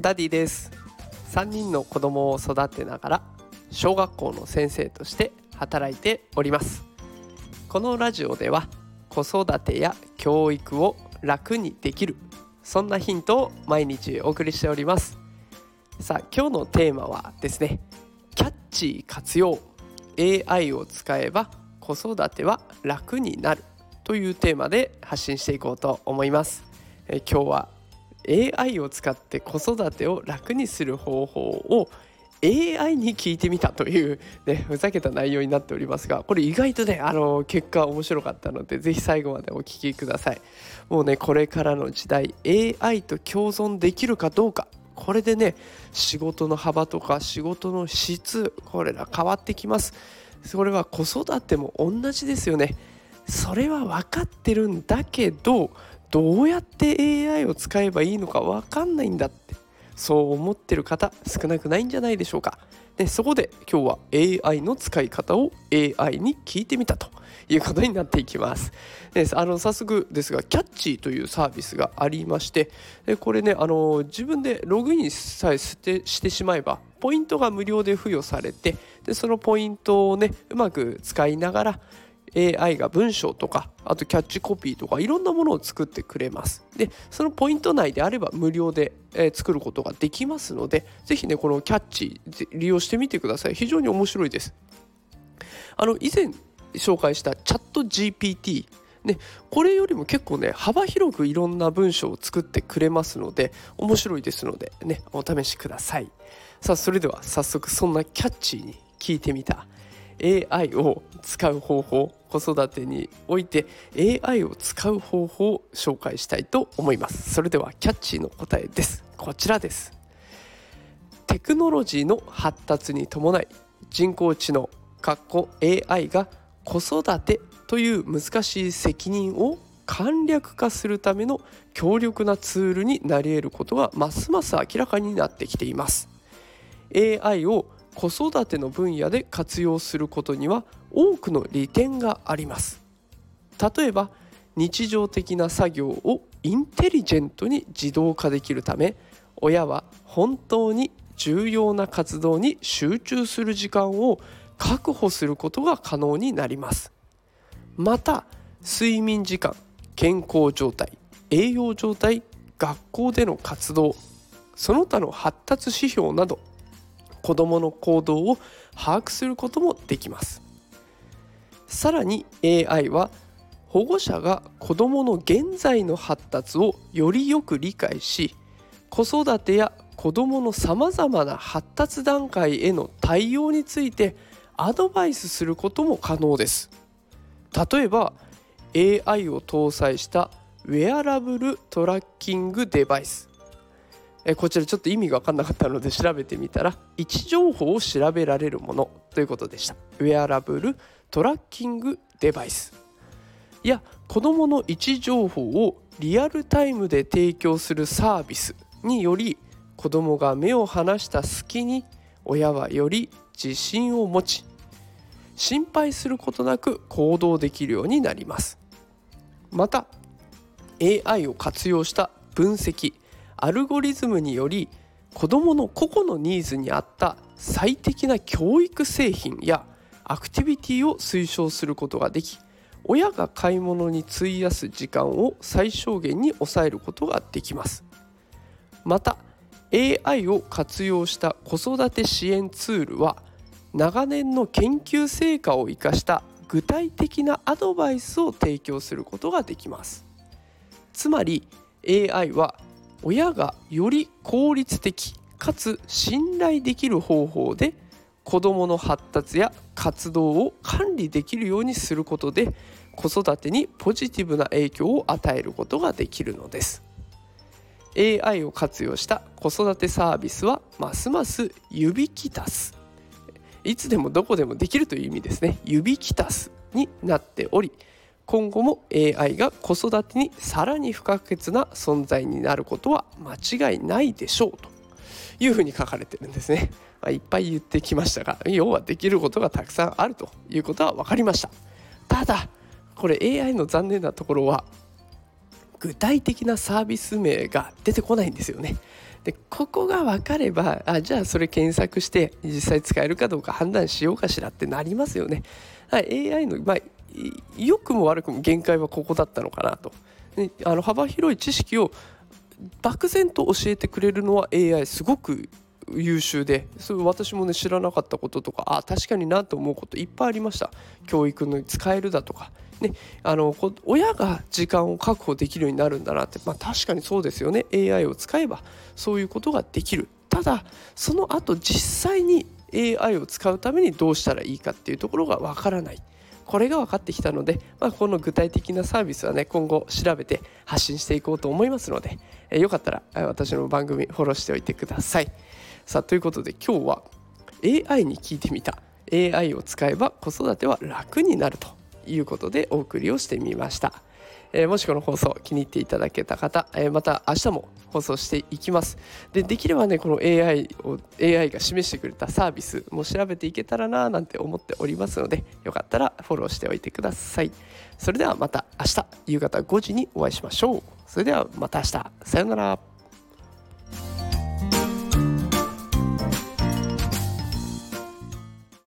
ダディです。3人の子供を育てながら小学校の先生として働いております。このラジオでは子育てや教育を楽にできる、そんなヒントを毎日お送りしております。さあ、今日のテーマはですね、キャッチー活用 AI を使えば子育ては楽になるというテーマで発信していこうと思います。今日は AI を使って子育てを楽にする方法を AI に聞いてみたという、ふざけた内容になっておりますが、これ意外と結果面白かったので、ぜひ最後までお聞きください。もうこれからの時代 AI と共存できるかどうか、これで仕事の幅とか仕事の質、これら変わってきます。それは子育ても同じですよね。それは分かってるんだけど、どうやって AI を使えばいいのか分かんないんだって、そう思ってる方少なくないんじゃないでしょうか。そこで今日は AI の使い方を AI に聞いてみたということになっていきます。早速ですが、キャッチーというサービスがありまして、これ自分でログインさえしてしまえばポイントが無料で付与されて、そのポイントをうまく使いながらAI が文章とか、あとキャッチコピーとかいろんなものを作ってくれます。そのポイント内であれば無料で作ることができますので、ぜひこのキャッチ利用してみてください。非常に面白いです。以前紹介したチャット GPT、これよりも結構幅広くいろんな文章を作ってくれますので面白いですのでお試しください。さあ、それでは早速そんなキャッチーに聞いてみた AI を使う方法、子育てにおいて AI を使う方法を紹介したいと思います。それではキャッチーの答えです。こちらです。テクノロジーの発達に伴い、人工知能 AI が子育てという難しい責任を簡略化するための強力なツールになり得ることがますます明らかになってきています。 AI を子育ての分野で活用することには多くの利点があります。例えば日常的な作業をインテリジェントに自動化できるため、親は本当に重要な活動に集中する時間を確保することが可能になります。また睡眠時間、健康状態、栄養状態、学校での活動、その他の発達指標など子どもの行動を把握することもできます。さらに AI は保護者が子どもの現在の発達をよりよく理解し、子育てや子どものさまざまな発達段階への対応についてアドバイスすることも可能です。例えば AI を搭載したウェアラブルトラッキングデバイス、こちらちょっと意味が分かんなかったので調べてみたら、位置情報を調べられるものということでした。ウェアラブルトラッキングデバイスや子どもの位置情報をリアルタイムで提供するサービスにより、子どもが目を離した隙に親はより自信を持ち、心配することなく行動できるようになります。また AI を活用した分析アルゴリズムにより、子どもの個々のニーズに合った最適な教育製品やアクティビティを推奨することができ、親が買い物に費やす時間を最小限に抑えることができます。また AI を活用した子育て支援ツールは、長年の研究成果を生かした具体的なアドバイスを提供することができます。つまり AI は親がより効率的かつ信頼できる方法で子どもの発達や活動を管理できるようにすることで、子育てにポジティブな影響を与えることができるのです。 AI を活用した子育てサービスはますますユビキタス、いつでもどこでもできるという意味ですね。ユビキタスになっており、今後も AI が子育てにさらに不可欠な存在になることは間違いないでしょうというふうに書かれてるんですね。いっぱい言ってきましたが、要はできることがたくさんあるということは分かりました。ただこれ AI の残念なところは具体的なサービス名が出てこないんですよね。 でここが分かればじゃあそれ検索して実際使えるかどうか判断しようかしらってなりますよね。AI の、良くも悪くも限界はここだったのかなと。幅広い知識を漠然と教えてくれるのは AI すごく優秀で、それ私もね知らなかったこととか確かになと思うこといっぱいありました。教育に使えるだとかね、親が時間を確保できるようになるんだなって、確かにそうですよね。 AI を使えばそういうことができる。ただその後実際に AI を使うためにどうしたらいいかっていうところがわからない。これが分かってきたので、この具体的なサービスはね今後調べて発信していこうと思いますので、よかったら私の番組フォローしておいてください。さあということで今日は AI に聞いてみた。 AI を使えば子育ては楽になるということでお送りをしてみました。もしこの放送気に入っていただけた方、また明日も放送していきます。できればねこの AI が示してくれたサービスも調べていけたらななんて思っておりますので、よかったらフォローしておいてください。それではまた明日夕方5時にお会いしましょう。それではまた明日、さようなら。